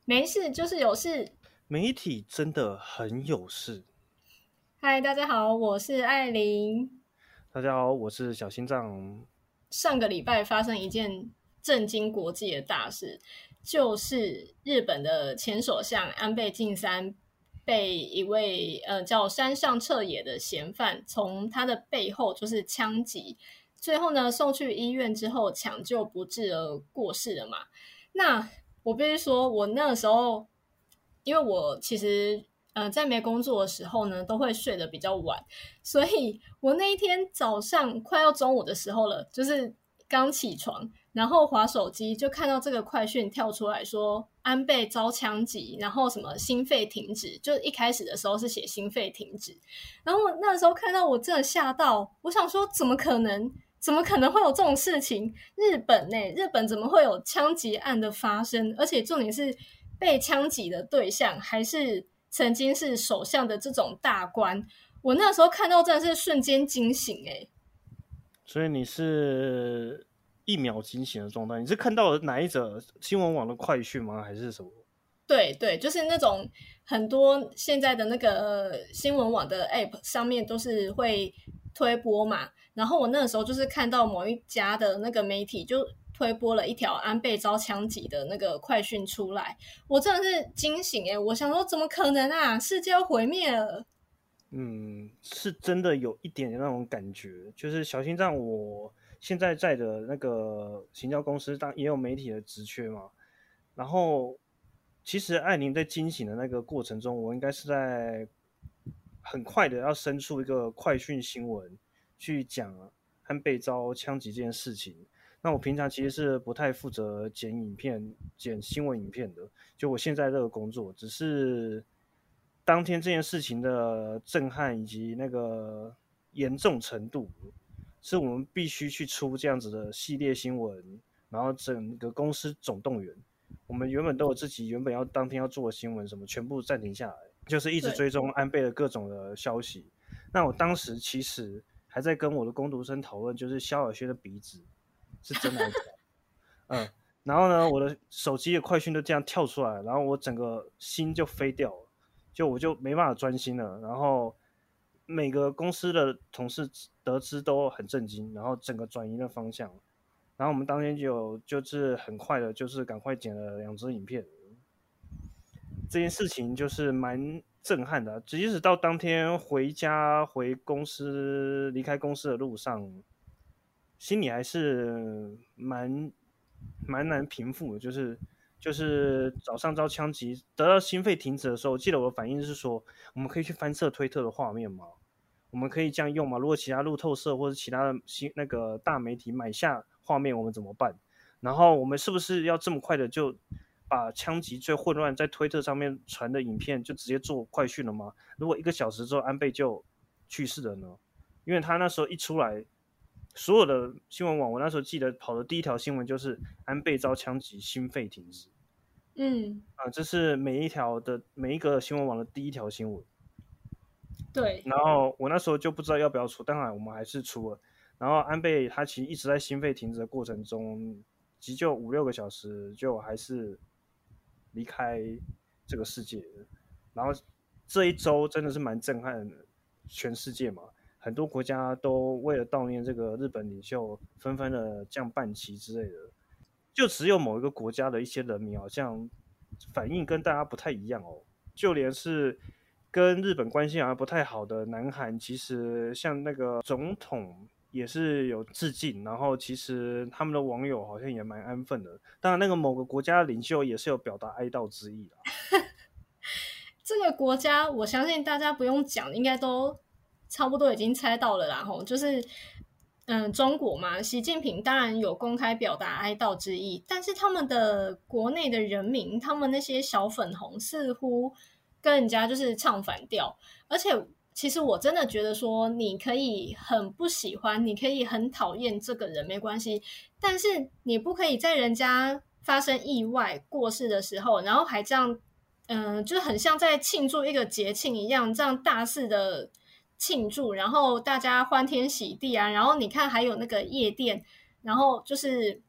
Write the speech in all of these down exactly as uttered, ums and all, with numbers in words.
没事就是有事。 媒体真的很有事。 嗨，大家好，我是艾琳。 大家好，我是小心脏。 上个礼拜发生一件震惊国际的大事，就是日本的前首相安倍晋三被一位呃叫山上彻也的嫌犯从他的背后就是枪击，最后呢送去医院之后抢救不治而过世了嘛。那我必须说，我那个时候，因为我其实呃在没工作的时候呢，都会睡得比较晚，所以我那一天早上快要中午的时候了，就是刚起床，然后滑手机就看到这个快讯跳出来说安倍遭枪击，然后什么心肺停止，就一开始的时候是写心肺停止，然后我那时候看到我真的吓到，我想说怎么可能？怎么可能会有这种事情？日本呢、欸？日本怎么会有枪击案的发生？而且重点是被枪击的对象还是曾经是首相的这种大官。我那时候看到真的是瞬间惊醒、欸、 所以你是一秒惊醒的状态？你是看到了哪一则新闻网的快讯吗？还是什么？ 对对，就是那种很多现在的那个新闻网的 app 上面都是会推播嘛，然后我那个时候就是看到某一家的那个媒体就推播了一条安倍遭枪击的那个快讯出来，我真的是惊醒耶，我想说怎么可能啊，世界要毁灭了。 嗯，是真的有一点那种感觉，就是小心脏，我现在在的那个行销公司当也有媒体的职缺嘛，然后其实艾琳在惊醒的那个过程中，我应该是在很快的要生出一个快讯新闻去讲安倍遭枪击这件事情。那我平常其实是不太负责剪影片、剪新闻影片的，就我现在这个工作，只是当天这件事情的震撼以及那个严重程度，是我们必须去出这样子的系列新闻，然后整个公司总动员。我们原本都有自己原本要当天要做的新闻，什么全部暂停下来，就是一直追踪安倍的各种的消息。那我当时其实还在跟我的工读生讨论，就是萧亚轩的鼻子是真的还是假的？嗯，然后呢，我的手机的快讯就这样跳出来，然后我整个心就飞掉了，就我就没办法专心了。然后每个公司的同事得知都很震惊，然后整个转移了方向。然后我们当天就就是很快的，就是赶快剪了两支影片。这件事情就是蛮震撼的，即使到当天回家回公司离开公司的路上，心里还是蛮蛮难平复的。就是就是早上遭枪击得到心肺停止的时候，我记得我的反应是说，我们可以去翻测推特的画面吗？我们可以这样用吗？如果其他路透社或者其他的新那个大媒体买下画面，我们怎么办？然后我们是不是要这么快的就把枪击最混乱在推特上面传的影片就直接做快讯了吗？如果一个小时之后安倍就去世了呢？因为他那时候一出来，所有的新闻网，我那时候记得跑的第一条新闻就是安倍遭枪击，心肺停止。 嗯， 啊、呃，这是每一条的每一个新闻网的第一条新闻。 对， 然后我那时候就不知道要不要出，当然我们还是出了。然后安倍他其实一直在心肺停止的过程中，急救五六个小时，就还是离开这个世界的。然后这一周真的是蛮震撼的，全世界嘛，很多国家都为了悼念这个日本领袖，纷纷的降半旗之类的。就只有某一个国家的一些人民好像反应跟大家不太一样哦，就连是跟日本关系好像不太好的南韩，其实像那个总统也是有致敬，然后其实他们的网友好像也蛮安分的。当然，那个某个国家的领袖也是有表达哀悼之意啦。 这个国家我相信大家不用讲，应该都差不多已经猜到了啦。吼，就是嗯，中国嘛，习近平当然有公开表达哀悼之意，但是他们的国内的人民，他们那些小粉红似乎跟人家就是唱反调，而且其实我真的觉得说，你可以很不喜欢，你可以很讨厌这个人没关系，但是你不可以在人家发生意外过世的时候，然后还这样，嗯、呃，就很像在庆祝一个节庆一样，这样大肆的庆祝，然后大家欢天喜地啊，然后你看还有那个夜店，然后就是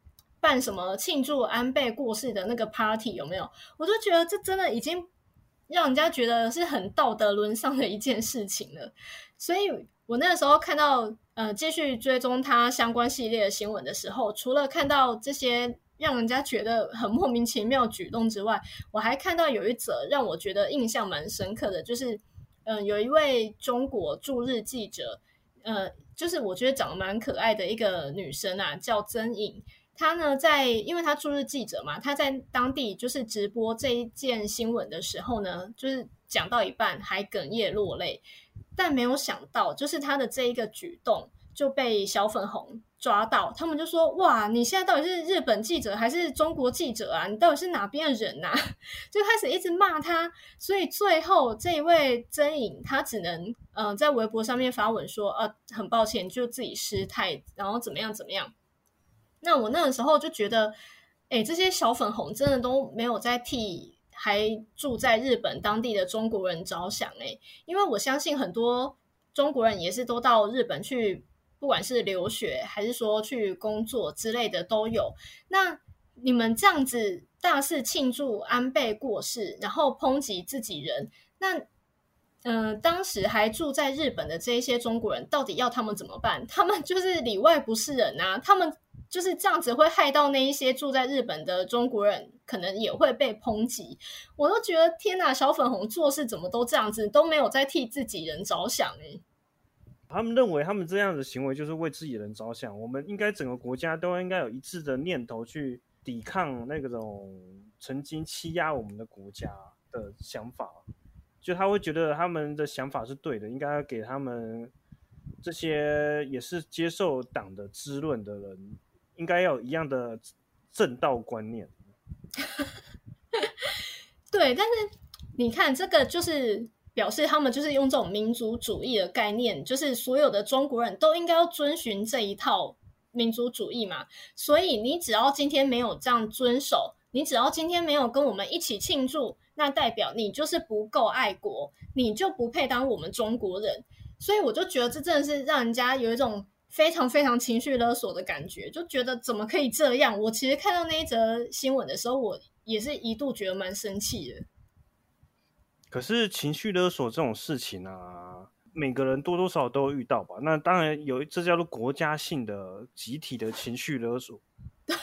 办什么庆祝安倍过世的那个 party 有没有？我就觉得这真的已经让人家觉得是很道德沦丧的一件事情了。所以我那个时候看到呃继续追踪他相关系列的新闻的时候，除了看到这些让人家觉得很莫名其妙举动之外，我还看到有一则让我觉得印象蛮深刻的，就是嗯、呃，有一位中国驻日记者，呃，就是我觉得长得蛮可爱的一个女生啊，叫曾颖。她呢，在因为她驻日记者嘛，她在当地就是直播这一件新闻的时候呢，就是讲到一半还哽咽落泪，但没有想到，就是她的这一个举动就被小粉红抓到，他们就说：“哇，你现在到底是日本记者还是中国记者啊？你到底是哪边的人啊？”就开始一直骂他，所以最后这一位曾颖他只能呃在微博上面发文说：“呃，很抱歉，就自己失态，然后怎么样怎么样。”那我那个时候就觉得，哎，这些小粉红真的都没有在替还住在日本当地的中国人着想哎，因为我相信很多中国人也是都到日本去，不管是留学还是说去工作之类的都有。那你们这样子大肆庆祝安倍过世，然后抨击自己人，那嗯、呃，当时还住在日本的这一些中国人，到底要他们怎么办？他们就是里外不是人啊！他们就是这样子会害到那一些住在日本的中国人，可能也会被抨击。我都觉得天哪，小粉红做事怎么都这样子，都没有在替自己人着想哎。 他们认为他们这样的行为就是为自己人着想，我们应该整个国家都应该有一致的念头去抵抗那种曾经欺压我们的国家的想法。就他会觉得他们的想法是对的，应该要给他们这些也是接受党的滋润的人，应该要有一样的正道观念。 对，但是你看，这个就是表示他们就是用这种民族主义的概念，就是所有的中国人都应该要遵循这一套民族主义嘛。所以你只要今天没有这样遵守，你只要今天没有跟我们一起庆祝，那代表你就是不够爱国，你就不配当我们中国人。所以我就觉得这真的是让人家有一种非常非常情绪勒索的感觉，就觉得怎么可以这样。我其实看到那一则新闻的时候，我也是一度觉得蛮生气的。 可是情绪勒索这种事情啊，每个人多多少少都有遇到吧。那当然有，这叫做国家性的集体的情绪勒索。 对，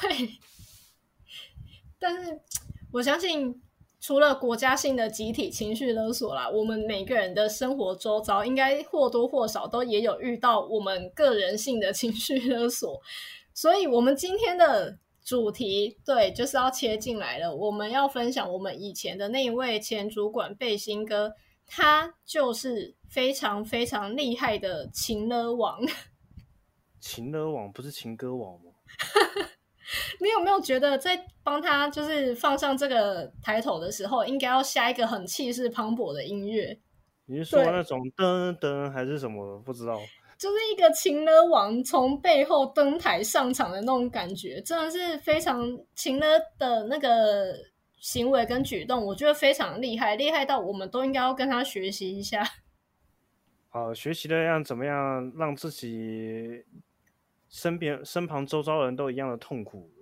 但是我相信除了国家性的集体情绪勒索啦，我们每个人的生活周遭应该或多或少都也有遇到我们个人性的情绪勒索。所以我们今天的主题，对，就是要切进来了。我们要分享我们以前的那一位前主管贝辛哥，他就是非常非常厉害的情勒王。 情勒王不是情歌王吗？ 你有没有觉得在帮他就是放上这个抬头的时候，应该要下一个很气势磅礴的音乐？ 你是说那种噔噔还是什么？不知道。 就是一个情勒王从背后登台上场的那种感觉，真的是非常情勒的那个行为跟举动，我觉得非常厉害，厉害到我们都应该要跟他学习一下。 好，学习的样怎么样让自己身边身旁周遭人都一样的痛苦。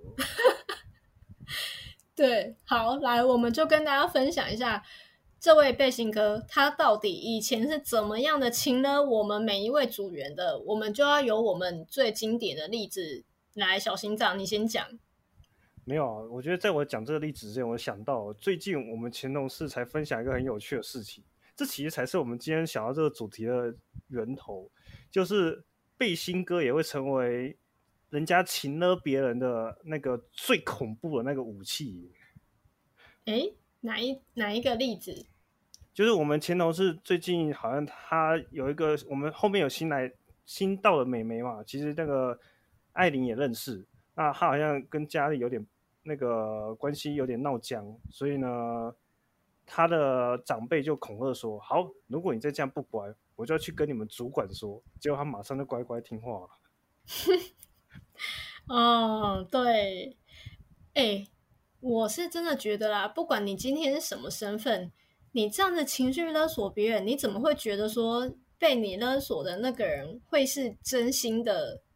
对，好，来，我们就跟大家分享一下这位贝辛哥他到底以前是怎么样的情勒我们每一位组员的。我们就要由我们最经典的例子来，小心脏你先讲。 没有啊，我觉得在我讲这个例子之前，我想到最近我们前同事才分享一个很有趣的事情，这其实才是我们今天想要这个主题的源头，就是贝辛哥也会成为人家情勒别人的那个最恐怖的那个武器。 诶，哪一哪一个例子？ 就是我们前同事最近好像他有一个，我们后面有新来新到的妹妹嘛，其实那个艾琳也认识，那他好像跟家里有点那个关系有点闹僵，所以呢，他的长辈就恐吓说：“好，如果你再这样不乖，我就要去跟你们主管说。”结果他马上就乖乖听话了。 哦，对，哎，我是真的觉得啦，不管你今天是什么身份，你这样的情绪勒索别人，你怎么会觉得说被你勒索的那个人会是真心的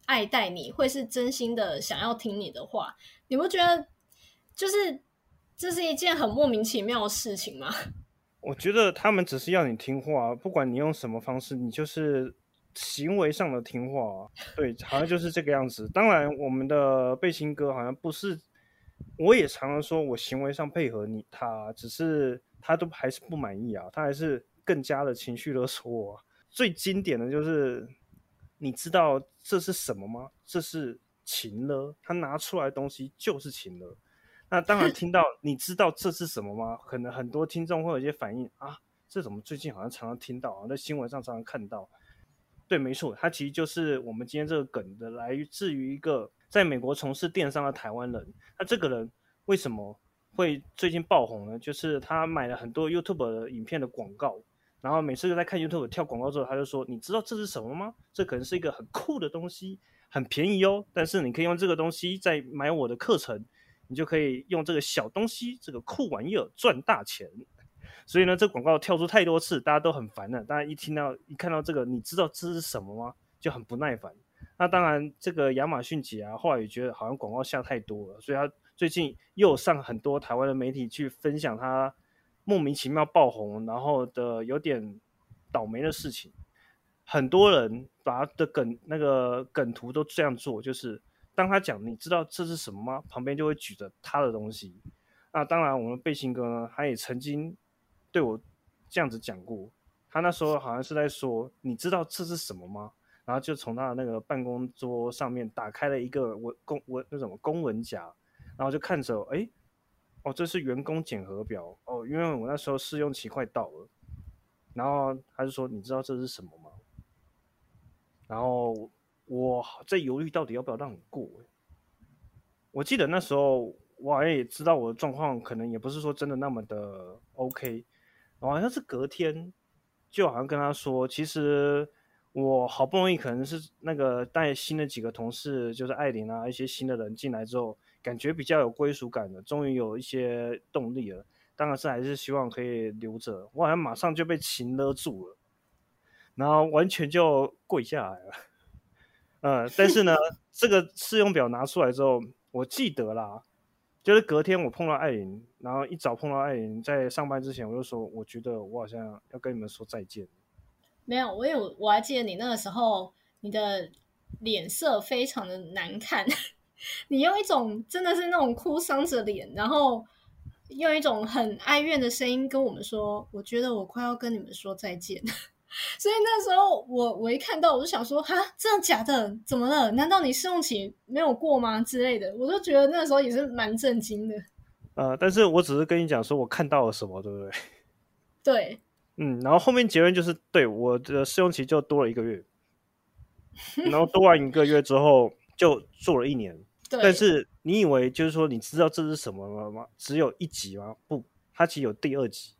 爱戴你，会是真心的想要听你的话。你不觉得就是这是一件很莫名其妙的事情吗？ 我觉得他们只是要你听话，不管你用什么方式，你就是行为上的听话，对，好像就是这个样子。当然，我们的背心哥好像不是，我也常常说我行为上配合你，他只是他都还是不满意啊，他还是更加的情绪勒索我啊。最经典的就是，你知道这是什么吗？这是情勒，他拿出来的东西就是情勒。那当然听到你知道这是什么吗？可能很多听众会有一些反应啊，这怎么最近好像常常听到啊，在新闻上常常看到。对，没错，它其实就是我们今天这个梗的来自于一个在美国从事电商的台湾人。那这个人为什么会最近爆红呢？就是他买了很多 YouTube 的影片的广告，然后每次在看 YouTube 跳广告之后，他就说：“你知道这是什么吗？这可能是一个很酷的东西，很便宜哦，但是你可以用这个东西再买我的课程。”你就可以用这个小东西，这个酷玩意儿赚大钱。所以呢，这广告跳出太多次，大家都很烦了。大家一听到、一看到这个，你知道这是什么吗？就很不耐烦。那当然，这个亚马逊姐啊，后来也觉得好像广告下太多了，所以他最近又有上很多台湾的媒体去分享他莫名其妙爆红，然后的有点倒霉的事情。很多人把他的梗那个梗图都这样做，就是当他讲你知道这是什么吗？旁边就会举着他的东西。那当然，我们背心哥呢，他也曾经对我这样子讲过。他那时候好像是在说，你知道这是什么吗？然后就从他的那个办公桌上面打开了一个文公文那种公文夹，然后就看着，哎，哦，这是员工检核表哦，因为我那时候试用期快到了。然后他就说，你知道这是什么吗？然后我在犹豫到底要不要让你过。我记得那时候我好像也知道我的状况可能也不是说真的那么的 OK， 好像是隔天就好像跟他说，其实我好不容易可能是那个带新的几个同事，就是艾琳啊一些新的人进来之后，感觉比较有归属感的，终于有一些动力了，当然是还是希望可以留着。我好像马上就被情勒住了，然后完全就跪下来了。呃，但是呢，这个试用表拿出来之后，我记得啦，就是隔天我碰到艾琳，然后一早碰到艾琳，在上班之前我就说，我觉得我好像要跟你们说再见。 没有，我有，我还记得你那个时候，你的脸色非常的难看，你用一种真的是那种哭丧着脸，然后用一种很哀怨的声音跟我们说，我觉得我快要跟你们说再见。所以那时候我我一看到我就想说，哈，真的假的？怎么了？难道你试用期没有过吗？之类的，我就觉得那时候也是蛮震惊的。 呃，但是我只是跟你讲说我看到了什么，对不对？ 对， 嗯，然后后面结论就是，对，我的试用期就多了一个月，然后多完一个月之后就做了一年。但是你以为就是说你知道这是什么了吗？只有一集吗？不，它其实有第二集。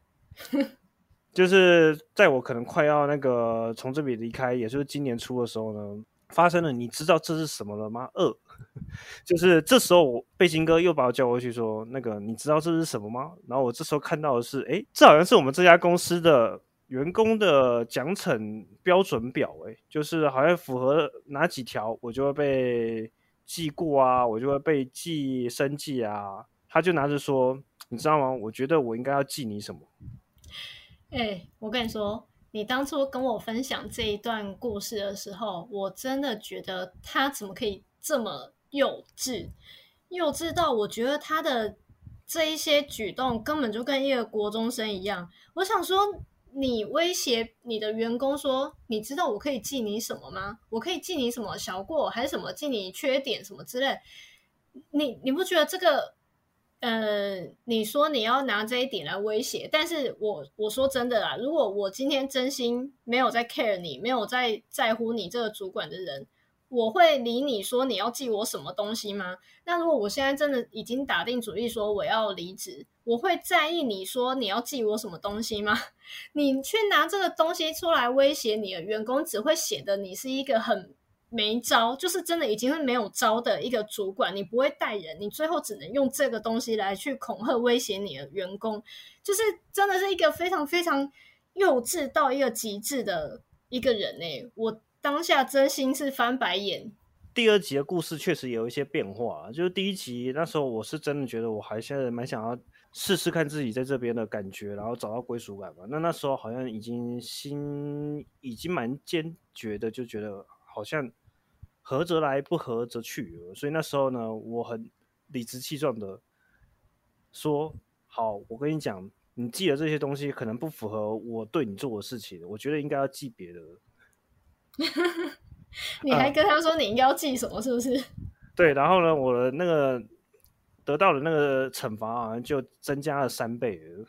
就是在我可能快要那个从这里离开，也就是今年初的时候呢，发生了你知道这是什么了吗？二，就是这时候我背心哥又把我叫过去说，那个你知道这是什么吗？然后我这时候看到的是，哎，这好像是我们这家公司的员工的奖惩标准表，哎，就是好像符合哪几条，我就会被记过啊，我就会被记生记啊。他就拿着说，你知道吗？我觉得我应该要记你什么？ 哎、欸，我跟你说，你当初跟我分享这一段故事的时候，我真的觉得他怎么可以这么幼稚，幼稚到我觉得他的这一些举动根本就跟一个国中生一样。我想说，你威胁你的员工说，你知道我可以记你什么吗？我可以记你什么小过，还是什么记你缺点什么之类？你你不觉得这个？呃，你说你要拿这一点来威胁，但是我我说真的啦，如果我今天真心没有在 care 你，没有在在乎你这个主管的人，我会理你说你要记我什么东西吗？那如果我现在真的已经打定主意说我要离职，我会在意你说你要记我什么东西吗？你去拿这个东西出来威胁你的员工，只会显得你是一个很没招，就是真的已经是没有招的一个主管，你不会带人，你最后只能用这个东西来去恐吓威胁你的员工，就是真的是一个非常非常幼稚到一个极致的一个人欸，我当下真心是翻白眼， 第二集的故事确实有一些变化，就是第一集那时候我是真的觉得我还现在蛮想要试试看自己在这边的感觉，然后找到归属感吧。那那时候好像已经心已经蛮坚决的，就觉得好像合则来，不合则去了。所以那时候呢，我很理直气壮的说：“好，我跟你讲，你记的这些东西可能不符合我对你做的事情，我觉得应该要记别的。” 你还跟他说你应该要记什么，是不是？ 对，然后呢，我的那个得到的那个惩罚好像就增加了三倍了。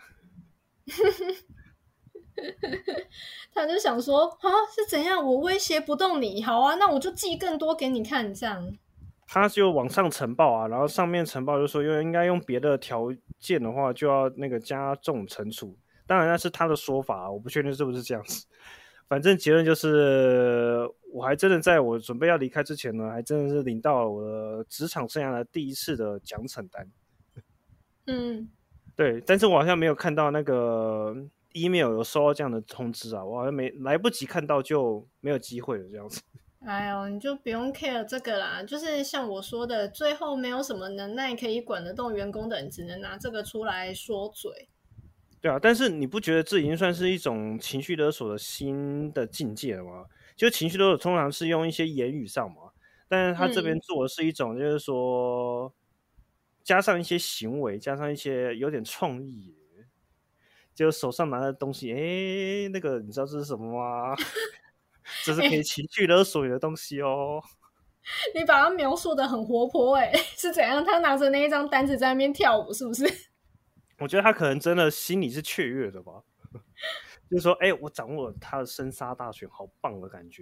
他就想说啊，是怎样？我威胁不动你，好啊，那我就记更多给你看，这样。 他就往上呈报啊，然后上面呈报就说，因为应该用别的条件的话，就要那个加重惩处。当然那是他的说法，我不确定是不是这样子。反正结论就是，我还真的在我准备要离开之前呢，还真的是领到了我的职场生涯的第一次的奖惩单。 嗯， 对，但是我好像没有看到那个 email 有收到这样的通知啊，我好像没来不及看到，就没有机会了这样子。 哎呦，你就不用 care 这个啦，就是像我说的，最后没有什么能耐可以管得动员工的人，只能拿这个出来说嘴。 对啊，但是你不觉得这已经算是一种情绪勒索的新的境界了吗？就情绪勒索通常是用一些言语上嘛，但是他这边做的是一种，就是说、嗯、加上一些行为，加上一些有点创意，就手上拿的东西，哎，那个你知道这是什么吗？这是可以情绪勒索你的东西哦。 你把它描述的很活泼，哎，是怎样？他拿着那一张单子在那边跳舞，是不是？ 我觉得他可能真的心里是雀跃的吧，就是说，哎、欸，我掌握了他的生杀大权，好棒的感觉。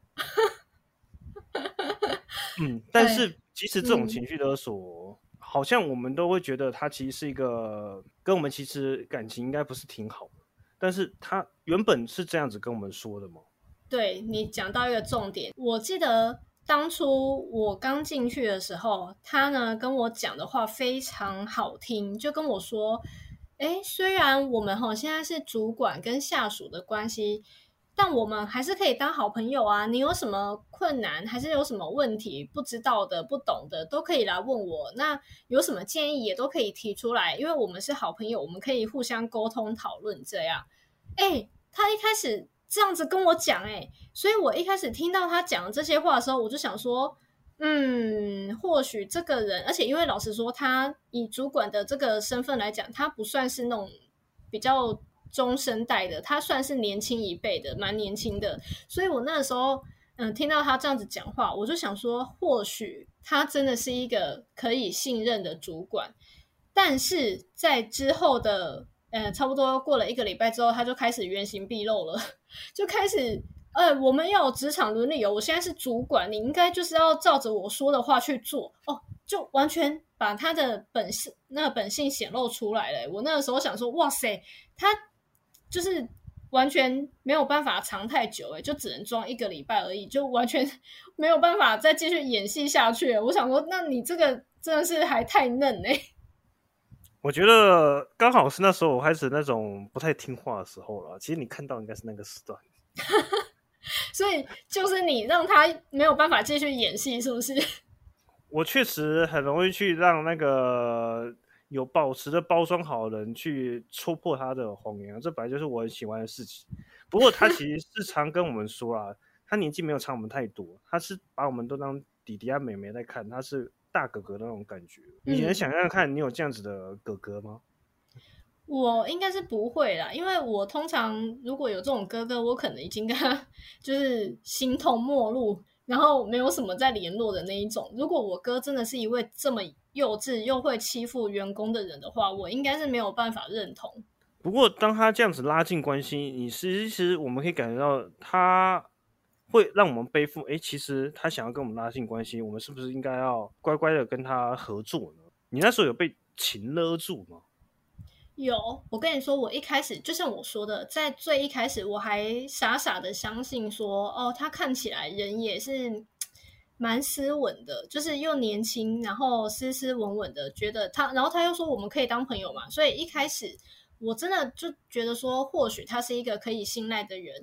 嗯，但是其实这种情绪勒索、嗯，好像我们都会觉得他其实是一个跟我们其实感情应该不是挺好的，但是他原本是这样子跟我们说的吗？ 对，你讲到一个重点，我记得当初我刚进去的时候，他呢跟我讲的话非常好听，就跟我说，诶，虽然我们齁现在是主管跟下属的关系，但我们还是可以当好朋友啊，你有什么困难还是有什么问题不知道的不懂的都可以来问我，那有什么建议也都可以提出来，因为我们是好朋友，我们可以互相沟通讨论这样。诶，他一开始这样子跟我讲，哎，所以我一开始听到他讲这些话的时候，我就想说，嗯，或许这个人，而且因为老实说，他以主管的这个身份来讲，他不算是那种比较中生代的，他算是年轻一辈的，蛮年轻的，所以我那个时候，嗯，听到他这样子讲话，我就想说，或许他真的是一个可以信任的主管，但是在之后的。呃，差不多过了一个礼拜之后，他就开始原形毕露了，就开始，呃，我们要有职场伦理哦，我现在是主管，你应该就是要照着我说的话去做哦，就完全把他的本性那个本性显露出来了。我那个时候想说，哇塞，他就是完全没有办法藏太久，哎，就只能装一个礼拜而已，就完全没有办法再继续演戏下去了。我想说，那你这个真的是还太嫩哎。 我觉得刚好是那时候我开始那种不太听话的时候了。其实你看到应该是那个时段， 所以就是你让他没有办法继续演戏，是不是？ 我确实很容易去让那个有保持着包装好的人去戳破他的谎言，这本来就是我很喜欢的事情。不过他其实是常跟我们说啦，他年纪没有差我们太多，他是把我们都当弟弟啊妹妹在看，他是大哥哥的那种感觉。你能想象看你有这样子的哥哥吗？ 我应该是不会啦，因为我通常如果有这种哥哥，我可能已经跟他就是形同陌路，然后没有什么再联络的那一种。如果我哥真的是一位这么幼稚又会欺负员工的人的话，我应该是没有办法认同。 不过当他这样子拉近关系，你其实我们可以感觉到他会让我们背负，哎，其实他想要跟我们拉近关系，我们是不是应该要乖乖的跟他合作呢？你那时候有被情勒住吗？ 有，我跟你说，我一开始就像我说的，在最一开始我还傻傻的相信说，哦，他看起来人也是蛮斯文的，就是又年轻，然后斯斯文文的，觉得他，然后他又说我们可以当朋友嘛，所以一开始我真的就觉得说，或许他是一个可以信赖的人。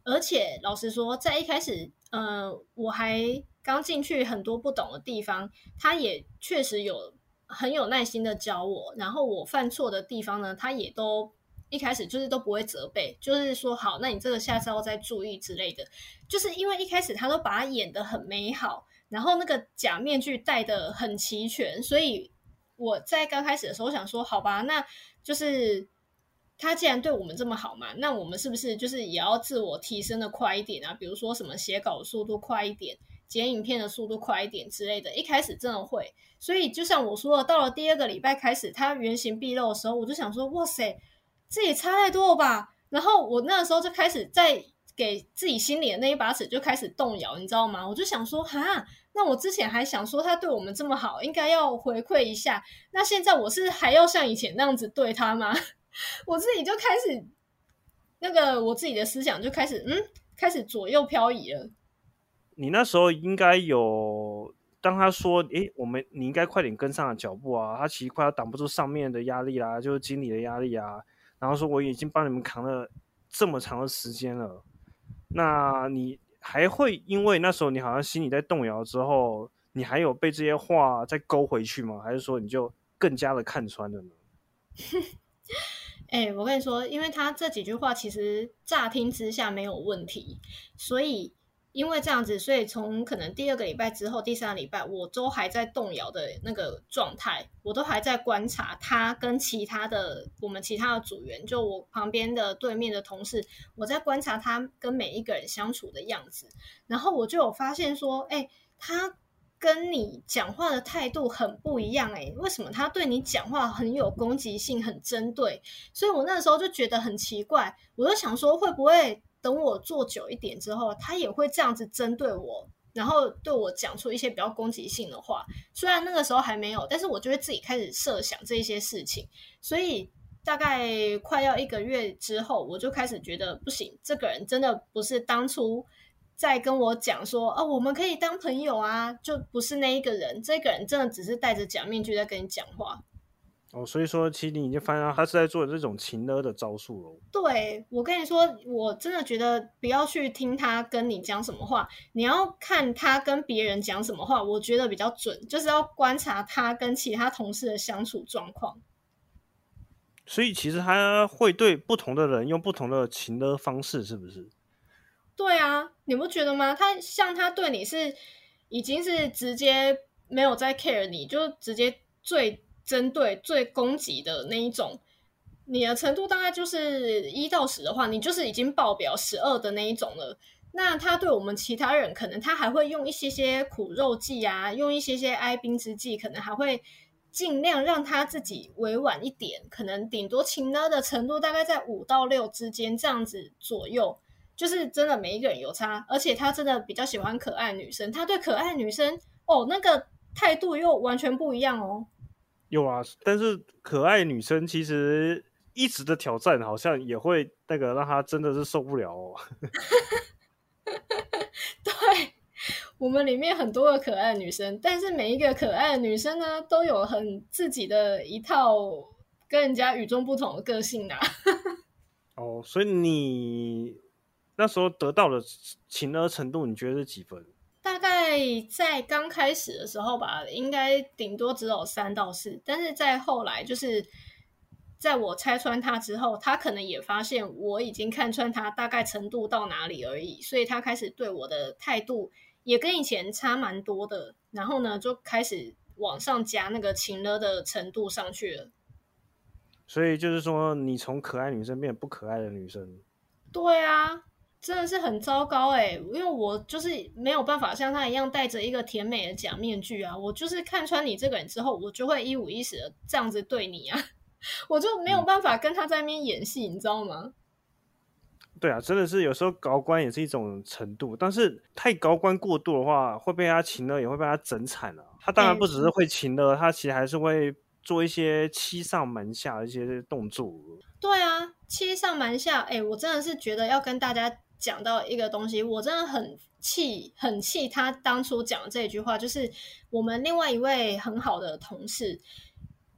而且老实说，在一开始，呃，我还刚进去很多不懂的地方，他也确实有很有耐心的教我。然后我犯错的地方呢，他也都一开始就是都不会责备，就是说好，那你这个下次要再注意之类的。就是因为一开始他都把它演得很美好，然后那个假面具戴得很齐全，所以我在刚开始的时候想说，好吧，那就是他既然对我们这么好嘛，那我们是不是就是也要自我提升的快一点啊？比如说什么写稿速度快一点，剪影片的速度快一点之类的。一开始真的会，所以就像我说的，到了第二个礼拜开始，他原形毕露的时候，我就想说，哇塞，这也差太多了吧？然后我那个时候就开始在给自己心里的那一把尺就开始动摇，你知道吗？我就想说，哈，那我之前还想说他对我们这么好，应该要回馈一下，那现在我是还要像以前那样子对他吗？我自己就开始那个我自己的思想就开始嗯开始左右漂移了。 你那时候应该有当他说诶我们你应该快点跟上了脚步啊，他其实快要挡不住上面的压力啦，就是经理的压力啊，然后说我已经帮你们扛了这么长的时间了，那你还会因为那时候你好像心里在动摇之后，你还有被这些话再勾回去吗？还是说你就更加的看穿了呢？ 哎、欸，我跟你说，因为他这几句话其实乍听之下没有问题，所以因为这样子，所以从可能第二个礼拜之后，第三个礼拜我都还在动摇的那个状态，我都还在观察他跟其他的我们其他的组员，就我旁边的对面的同事，我在观察他跟每一个人相处的样子，然后我就有发现说，哎、欸，他跟你讲话的态度很不一样。欸，为什么他对你讲话很有攻击性，很针对？所以我那时候就觉得很奇怪，我就想说会不会等我做久一点之后，他也会这样子针对我，然后对我讲出一些比较攻击性的话。虽然那个时候还没有，但是我就会自己开始设想这些事情。所以大概快要一个月之后，我就开始觉得不行，这个人真的不是当初在跟我讲说哦，我们可以当朋友啊，就不是那一个人，这个人真的只是戴着假面具在跟你讲话。 哦，所以说其实你已经发现他是在做这种情勒的招数了。 对，我跟你说，我真的觉得不要去听他跟你讲什么话，你要看他跟别人讲什么话，我觉得比较准，就是要观察他跟其他同事的相处状况。 所以其实他会对不同的人用不同的情勒方式，是不是？ 对啊，你不觉得吗？他像他对你是已经是直接没有在 care 你，就直接最针对、最攻击的那一种。你的程度大概就是一到十的话，你就是已经爆表十二的那一种了。那他对我们其他人，可能他还会用一些些苦肉计啊，用一些些哀兵之计，可能还会尽量让他自己委婉一点，可能顶多情勒的程度大概在五到六之间这样子左右。就是真的每一个人有差，而且他真的比较喜欢可爱的女生，他对可爱的女生哦那个态度又完全不一样哦。 有啊，但是可爱女生其实一直的挑战好像也会那个让他真的是受不了哦。 对，我们里面很多个可爱的女生，但是每一个可爱的女生呢，都有很自己的一套跟人家与众不同的个性啊。 哦，所以你那时候得到的情勒程度，你觉得是几分？ 大概在刚开始的时候吧，应该顶多只有三到四，但是在后来，就是在我拆穿他之后，他可能也发现我已经看穿他大概程度到哪里而已，所以他开始对我的态度也跟以前差蛮多的，然后呢，就开始往上加那个情勒的程度上去了。 所以就是说，你从可爱女生变成不可爱的女生。 对啊，真的是很糟糕哎、欸！因为我就是没有办法像他一样戴着一个甜美的假面具啊，我就是看穿你这个人之后，我就会一五一十的这样子对你啊，我就没有办法跟他在那边演戏，你知道吗？ 对啊，真的是有时候高官也是一种程度，但是太高官过度的话，会被他情勒，也会被他整惨啊。他当然不只是会情勒，他其实还是会做一些欺上瞒下的一些动作。 对啊，欺上瞒下，哎、欸，我真的是觉得要跟大家讲到一个东西，我真的很气，很气他当初讲的这一句话，就是我们另外一位很好的同事。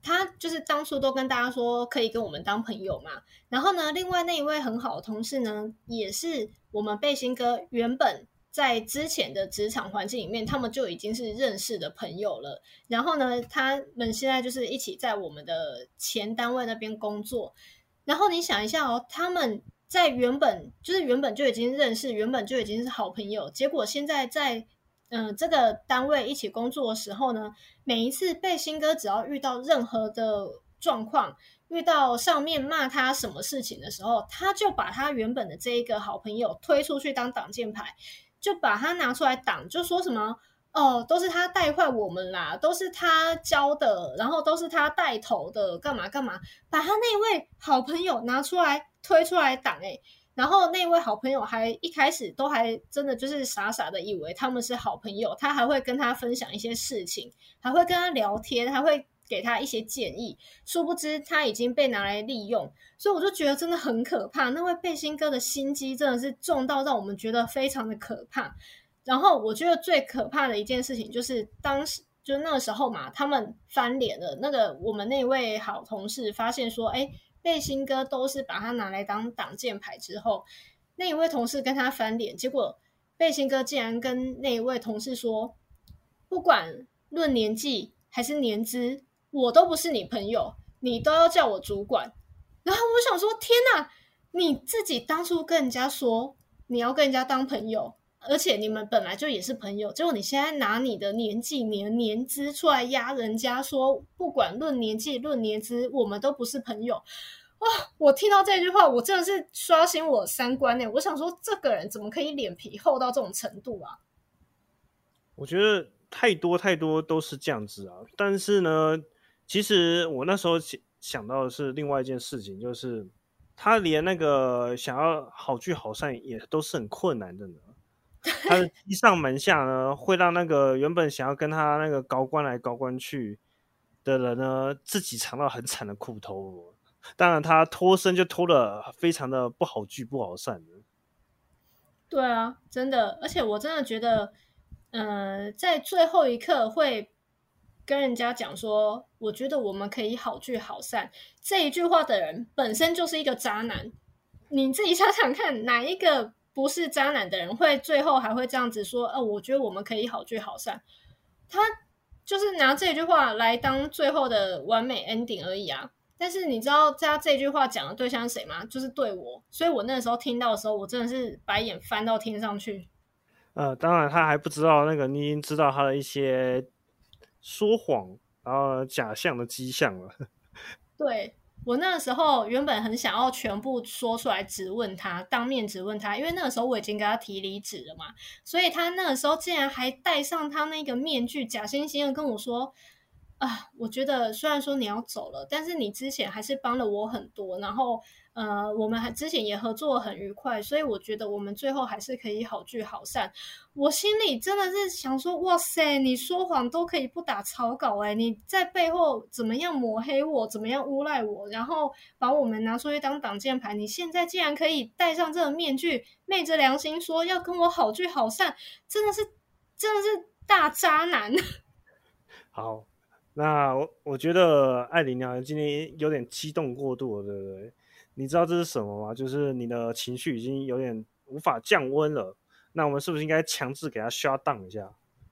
他就是当初都跟大家说可以跟我们当朋友嘛。然后呢，另外那一位很好的同事呢，也是我们贝辛哥原本在之前的职场环境里面，他们就已经是认识的朋友了。然后呢，他们现在就是一起在我们的前单位那边工作。然后你想一下哦，他们在原本就是原本就已经认识，原本就已经是好朋友，结果现在在嗯、呃、这个单位一起工作的时候呢，每一次贝辛哥只要遇到任何的状况，遇到上面骂他什么事情的时候，他就把他原本的这一个好朋友推出去当挡箭牌，就把他拿出来挡，就说什么哦，都是他带坏我们啦，都是他教的，然后都是他带头的，干嘛干嘛，把他那位好朋友拿出来推出来挡欸。然后那位好朋友还一开始都还真的就是傻傻的以为他们是好朋友，他还会跟他分享一些事情，还会跟他聊天，还会给他一些建议，殊不知他已经被拿来利用。所以我就觉得真的很可怕，那位贝辛哥的心机真的是重到让我们觉得非常的可怕。然后我觉得最可怕的一件事情就是当时就那个时候嘛，他们翻脸了，那个我们那位好同事发现说，哎，贝辛哥都是把他拿来当挡箭牌之后，那一位同事跟他翻脸，结果贝辛哥竟然跟那一位同事说，不管论年纪还是年资，我都不是你朋友，你都要叫我主管。然后我想说，天哪，你自己当初跟人家说你要跟人家当朋友，而且你们本来就也是朋友，结果你现在拿你的年纪、你的年资出来压人家，说不管论年纪、论年资，我们都不是朋友。哇！我听到这句话，我真的是刷新我三观耶！我想说，这个人怎么可以脸皮厚到这种程度啊？ 我觉得太多太多都是这样子啊。但是呢，其实我那时候想到的是另外一件事情，就是他连那个想要好聚好散也都是很困难的呢。他的逼上门下呢，会让那个原本想要跟他那个高官来高官去的人呢，自己尝到很惨的苦头。当然，他脱身就脱得非常的不好聚不好散的。 对啊，真的，而且我真的觉得，呃，在最后一刻会跟人家讲说，我觉得我们可以好聚好散，这一句话的人本身就是一个渣男。你自己想想看，哪一个不是渣男的人会最后还会这样子说？哦，我觉得我们可以好聚好散。他就是拿这句话来当最后的完美 ending 而已啊。但是你知道他这句话讲的对象是谁吗？就是对我，所以我那时候听到的时候，我真的是白眼翻到天上去。 呃，当然他还不知道那个，你已经知道他的一些说谎，然后假象的迹象了。 对，我那个时候原本很想要全部说出来质问他，当面质问他，因为那个时候我已经跟他提离职了嘛，所以他那个时候竟然还戴上他那个面具，假惺惺的跟我说啊，我觉得虽然说你要走了，但是你之前还是帮了我很多，然后呃，我们还之前也合作很愉快，所以我觉得我们最后还是可以好聚好散。我心里真的是想说，哇塞，你说谎都可以不打草稿哎、欸，你在背后怎么样抹黑我，怎么样诬赖我，然后把我们拿出去当挡箭牌，你现在竟然可以戴上这个面具，昧着良心说要跟我好聚好散，真的是真的是大渣男。 好，那我我觉得艾琳啊，今天有点激动过度了，对不对？你知道这是什么吗？就是你的情绪已经有点无法降温了。那我们是不是应该强制给他 shut down 一下？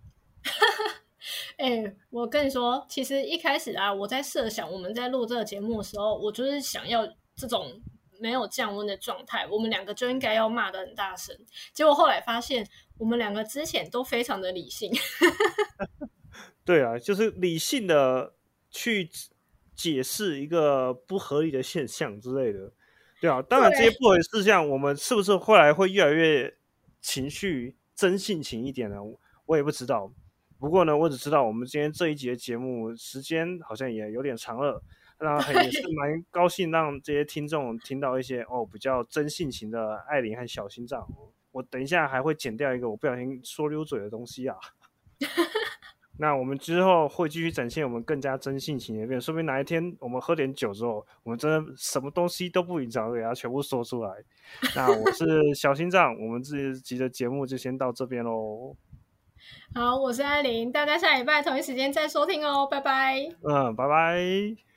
哎、欸，我跟你说，其实一开始啊，我在设想我们在录这个节目的时候，我就是想要这种没有降温的状态，我们两个就应该要骂得很大声。结果后来发现，我们两个之前都非常的理性。 对啊，就是理性的去解释一个不合理的现象之类的。对啊，当然这些不合理事项，我们是不是后来会越来越情绪真性情一点呢？我也不知道。不过呢，我只知道我们今天这一集的节目时间好像也有点长了，那也是蛮高兴让这些听众听到一些哦比较真性情的艾琳和小心脏。我等一下还会剪掉一个我不小心说溜嘴的东西啊。那我们之后会继续展现我们更加真性情的一面，说不定哪一天我们喝点酒之后，我们真的什么东西都不隐藏，给它全部说出来。那我是小心脏，我们这集的节目就先到这边咯。 好，我是艾琳，大家下礼拜同一时间再收听哦，拜拜。 嗯，拜拜。